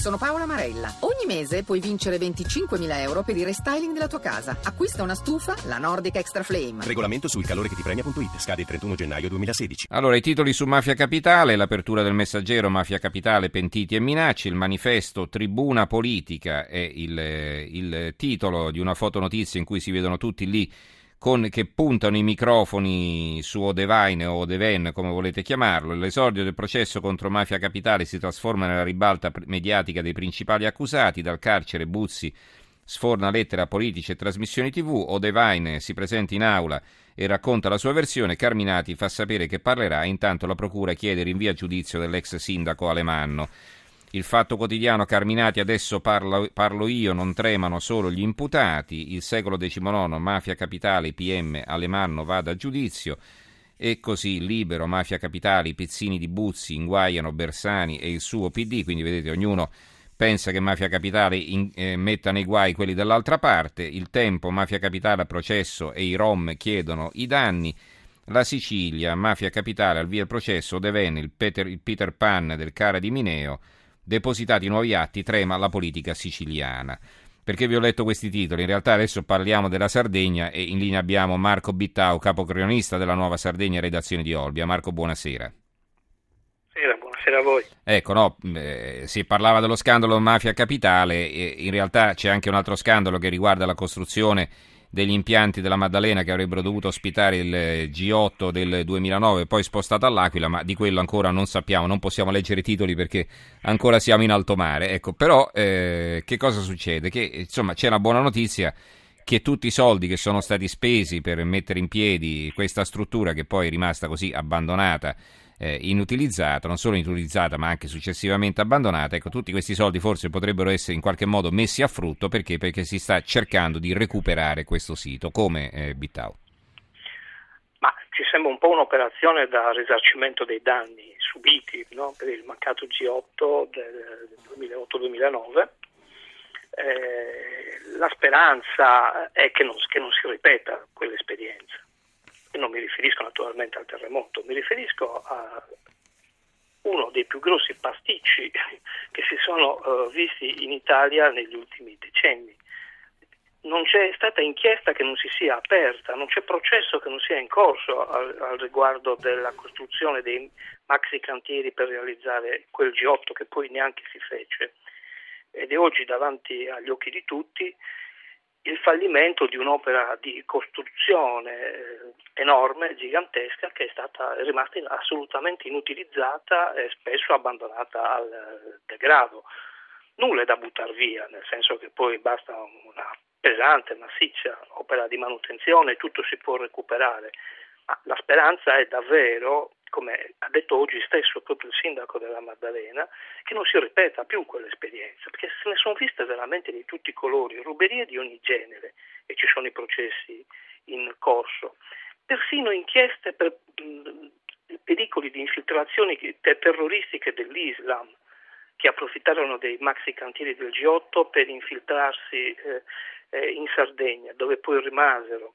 sono Paola Marella. Ogni mese puoi vincere 25.000 euro per il restyling della tua casa. Acquista una stufa, la Nordic Extra Flame. Regolamento sul calore che ti premia.it. Scade il 31 gennaio 2016. Allora, i titoli su Mafia Capitale, l'apertura del Messaggero, Mafia Capitale, pentiti e minacce, il manifesto Tribuna Politica è il titolo di una fotonotizia in cui si vedono tutti lì che puntano i microfoni su Odevaine o Odeven, come volete chiamarlo. L'esordio del processo contro Mafia Capitale si trasforma nella ribalta mediatica dei principali accusati. Dal carcere Buzzi sforna lettere a politici e trasmissioni TV, Odevaine si presenta in aula e racconta la sua versione, Carminati fa sapere che parlerà, intanto la procura chiede rinvio a giudizio dell'ex sindaco Alemanno. Il Fatto Quotidiano, Carminati, adesso parlo io, non tremano solo gli imputati. Il Secolo XIX, Mafia Capitale, PM, Alemanno vada a giudizio. E così Libero, Mafia Capitale, i pezzini di Buzzi inguaiano Bersani e il suo PD, quindi vedete ognuno pensa che Mafia Capitale metta nei guai quelli dall'altra parte. Il Tempo, Mafia Capitale a processo e i Rom chiedono i danni. La Sicilia, Mafia Capitale al via il processo, Odevaine, il Peter Pan del Cara di Mineo. Depositati nuovi atti, trema la politica siciliana. Perché vi ho letto questi titoli? In realtà adesso parliamo della Sardegna e in linea abbiamo Marco Bittau, capocronista della Nuova Sardegna, redazione di Olbia. Marco, buonasera. Buonasera a voi. Ecco, no, si parlava dello scandalo Mafia Capitale e in realtà c'è anche un altro scandalo che riguarda la costruzione degli impianti della Maddalena che avrebbero dovuto ospitare il G8 del 2009, poi spostato all'Aquila, ma di quello ancora non sappiamo, non possiamo leggere i titoli perché ancora siamo in alto mare. Ecco, però che cosa succede? Che insomma c'è una buona notizia, che tutti i soldi che sono stati spesi per mettere in piedi questa struttura, che poi è rimasta così abbandonata, inutilizzata, non solo inutilizzata ma anche successivamente abbandonata, ecco, tutti questi soldi forse potrebbero essere in qualche modo messi a frutto perché si sta cercando di recuperare questo sito. Come, Bittau? Ma ci sembra un po' un'operazione da risarcimento dei danni subiti, no? Per il mancato G8 del 2008-2009. La speranza è che non si ripeta quell'esperienza. E non mi riferisco naturalmente al terremoto, mi riferisco a uno dei più grossi pasticci che si sono visti in Italia negli ultimi decenni. Non c'è stata inchiesta che non si sia aperta, non c'è processo che non sia in corso al riguardo della costruzione dei maxi cantieri per realizzare quel G8 che poi neanche si fece. Ed è oggi davanti agli occhi di tutti il fallimento di un'opera di costruzione enorme, gigantesca, che è rimasta assolutamente inutilizzata e spesso abbandonata al degrado. Nulla è da buttare via, nel senso che poi basta una pesante, massiccia opera di manutenzione e tutto si può recuperare. Ma la speranza è davvero, come ha detto oggi stesso proprio il sindaco della Maddalena, che non si ripeta più quell'esperienza, perché se ne sono viste veramente di tutti i colori, ruberie di ogni genere, e ci sono i processi in corso, persino inchieste per pericoli di infiltrazioni terroristiche dell'Islam, che approfittarono dei maxi cantieri del G8 per infiltrarsi in Sardegna, dove poi rimasero.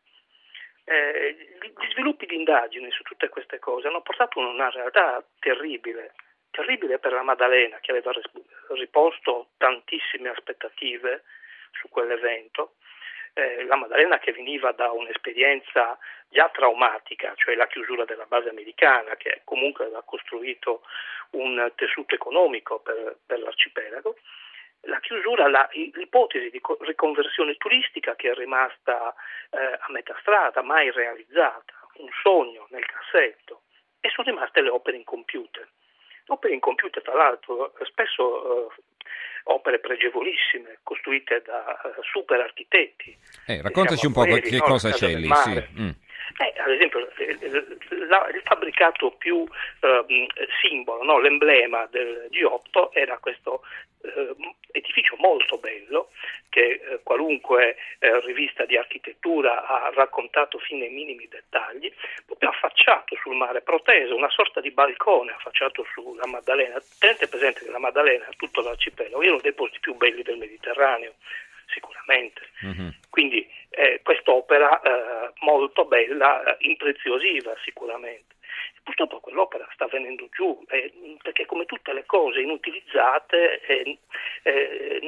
Gli sviluppi di indagine su tutte queste cose hanno portato a una realtà terribile per la Maddalena, che aveva riposto tantissime aspettative su quell'evento. La Maddalena che veniva da un'esperienza già traumatica, cioè la chiusura della base americana, che comunque aveva costruito un tessuto economico per l'arcipelago. La chiusura, l'ipotesi di riconversione turistica che è rimasta a metà strada, mai realizzata, un sogno nel cassetto, e sono rimaste le opere incompiute. Opere incompiute, tra l'altro, spesso opere pregevolissime, costruite da super architetti. Raccontaci un po' che cosa c'è lì. Sì. Ad esempio, il fabbricato più simbolo, no? L'emblema del G8 era questo edificio molto bello che qualunque rivista di architettura ha raccontato fino ai minimi dettagli, proprio affacciato sul mare, proteso, una sorta di balcone affacciato sulla Maddalena. Tenete presente che la Maddalena, tutto l'arcipelago, è uno dei posti più belli del Mediterraneo, sicuramente. Mm-hmm. Quindi quest'opera molto bella impreziosiva sicuramente. Purtroppo quell'opera sta venendo giù perché, come tutte le cose inutilizzate,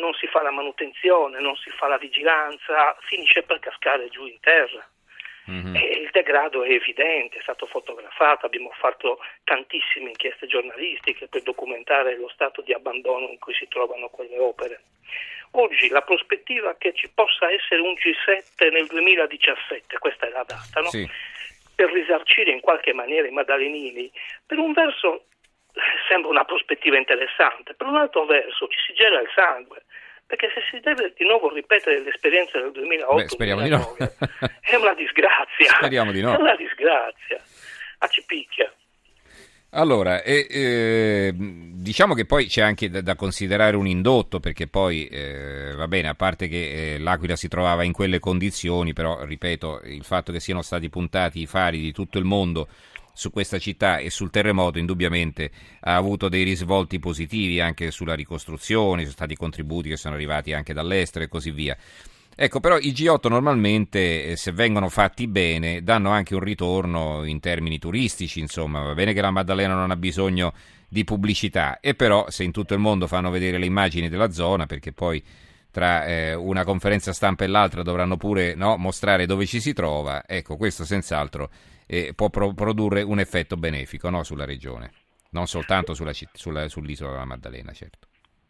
non si fa la manutenzione, non si fa la vigilanza, finisce per cascare giù in terra. Mm-hmm. E il degrado è evidente, è stato fotografato, abbiamo fatto tantissime inchieste giornalistiche per documentare lo stato di abbandono in cui si trovano quelle opere. Oggi la prospettiva che ci possa essere un G7 nel 2017, questa è la data, no? Sì. Per risarcire in qualche maniera i maddalenini, per un verso sembra una prospettiva interessante, per un altro verso ci si gela il sangue, perché se si deve di nuovo ripetere l'esperienza del 2008, speriamo di no. È una disgrazia. Speriamo di no. È una disgrazia. Accipicchia. Allora, diciamo che poi c'è anche da considerare un indotto, perché poi va bene, a parte che L'Aquila si trovava in quelle condizioni, però ripeto, il fatto che siano stati puntati i fari di tutto il mondo su questa città e sul terremoto indubbiamente ha avuto dei risvolti positivi anche sulla ricostruzione, ci sono stati contributi che sono arrivati anche dall'estero e così via. Ecco, però i G8 normalmente, se vengono fatti bene, danno anche un ritorno in termini turistici, insomma, va bene che la Maddalena non ha bisogno di pubblicità, e però se in tutto il mondo fanno vedere le immagini della zona, perché poi tra una conferenza stampa e l'altra dovranno pure mostrare dove ci si trova, ecco, questo senz'altro può produrre un effetto benefico, no, sulla regione, non soltanto sull'isola della Maddalena, certo.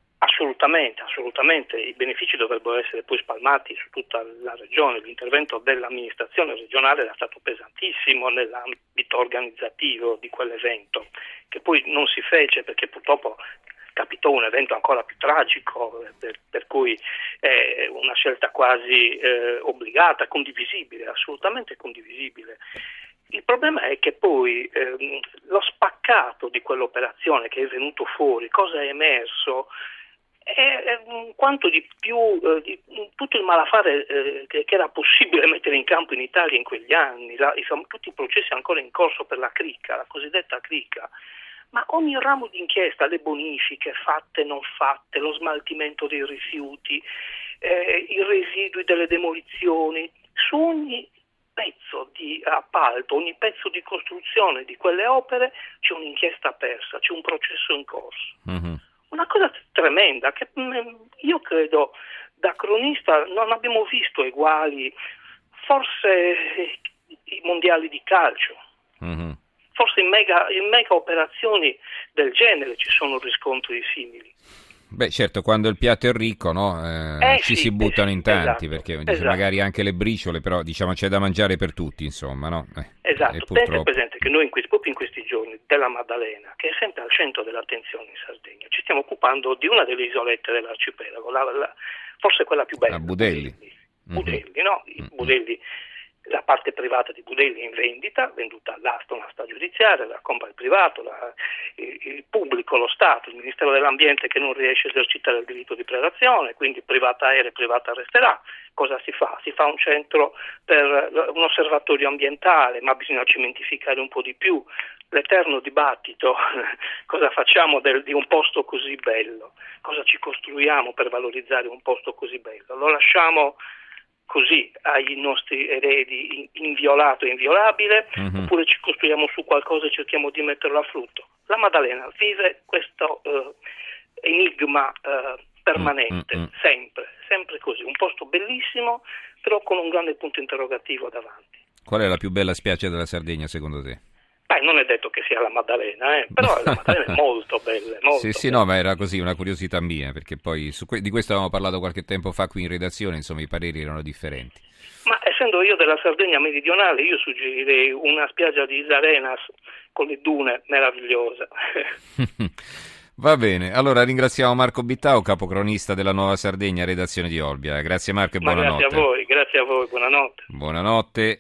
Assolutamente, i benefici dovrebbero essere poi spalmati su tutta la regione. L'intervento dell'amministrazione regionale era stato pesantissimo nell'ambito organizzativo di quell'evento, che poi non si fece perché purtroppo capitò un evento ancora più tragico, per cui è una scelta quasi obbligata, condivisibile, assolutamente condivisibile. Il problema è che poi lo spaccato di quell'operazione che è venuto fuori, cosa è emerso, è quanto di più di tutto il malaffare che era possibile mettere in campo in Italia in quegli anni, tutti i processi ancora in corso per la cricca, la cosiddetta cricca, ma ogni ramo d'inchiesta, le bonifiche fatte, non fatte, lo smaltimento dei rifiuti, i residui delle demolizioni, su ogni pezzo di appalto, ogni pezzo di costruzione di quelle opere c'è un'inchiesta persa, c'è un processo in corso. Mm-hmm. Una cosa tremenda che io credo da cronista non abbiamo visto eguali, forse i mondiali di calcio, mm-hmm. Forse in mega operazioni del genere ci sono riscontri simili. Beh, certo, quando il piatto è ricco, no? Ci si buttano in tanti, esatto, perché magari anche le briciole, però diciamo c'è da mangiare per tutti, insomma, no? Esatto, tenete presente che noi proprio in questi giorni della Maddalena, che è sempre al centro dell'attenzione in Sardegna, ci stiamo occupando di una delle isolette dell'arcipelago, forse quella più bella. Budelli. Budelli, no? Budelli. La parte privata di Budelli è in vendita, venduta all'asta, una sta giudiziaria, la compra il privato, il pubblico, lo Stato, il Ministero dell'Ambiente che non riesce a esercitare il diritto di predazione, quindi privata era e privata resterà. Cosa si fa? Si fa un centro per un osservatorio ambientale, ma bisogna cementificare un po' di più. L'eterno dibattito, cosa facciamo di un posto così bello? Cosa ci costruiamo per valorizzare un posto così bello? Lo lasciamo così ai nostri eredi inviolato e inviolabile, mm-hmm. Oppure ci costruiamo su qualcosa e cerchiamo di metterlo a frutto. La Maddalena vive questo enigma permanente, mm-hmm. sempre così, un posto bellissimo, però con un grande punto interrogativo davanti. Qual è la più bella spiaggia della Sardegna secondo te? Non è detto che sia la Maddalena, però la Maddalena è molto bella. Sì, no, ma era così, una curiosità mia, perché poi di questo avevamo parlato qualche tempo fa qui in redazione, insomma i pareri erano differenti. Ma essendo io della Sardegna meridionale, io suggerirei una spiaggia di Isarenas con le dune meravigliosa. Va bene, allora ringraziamo Marco Bittau, capocronista della Nuova Sardegna, redazione di Olbia. Grazie Marco e buonanotte. Grazie a voi, buonanotte. Buonanotte.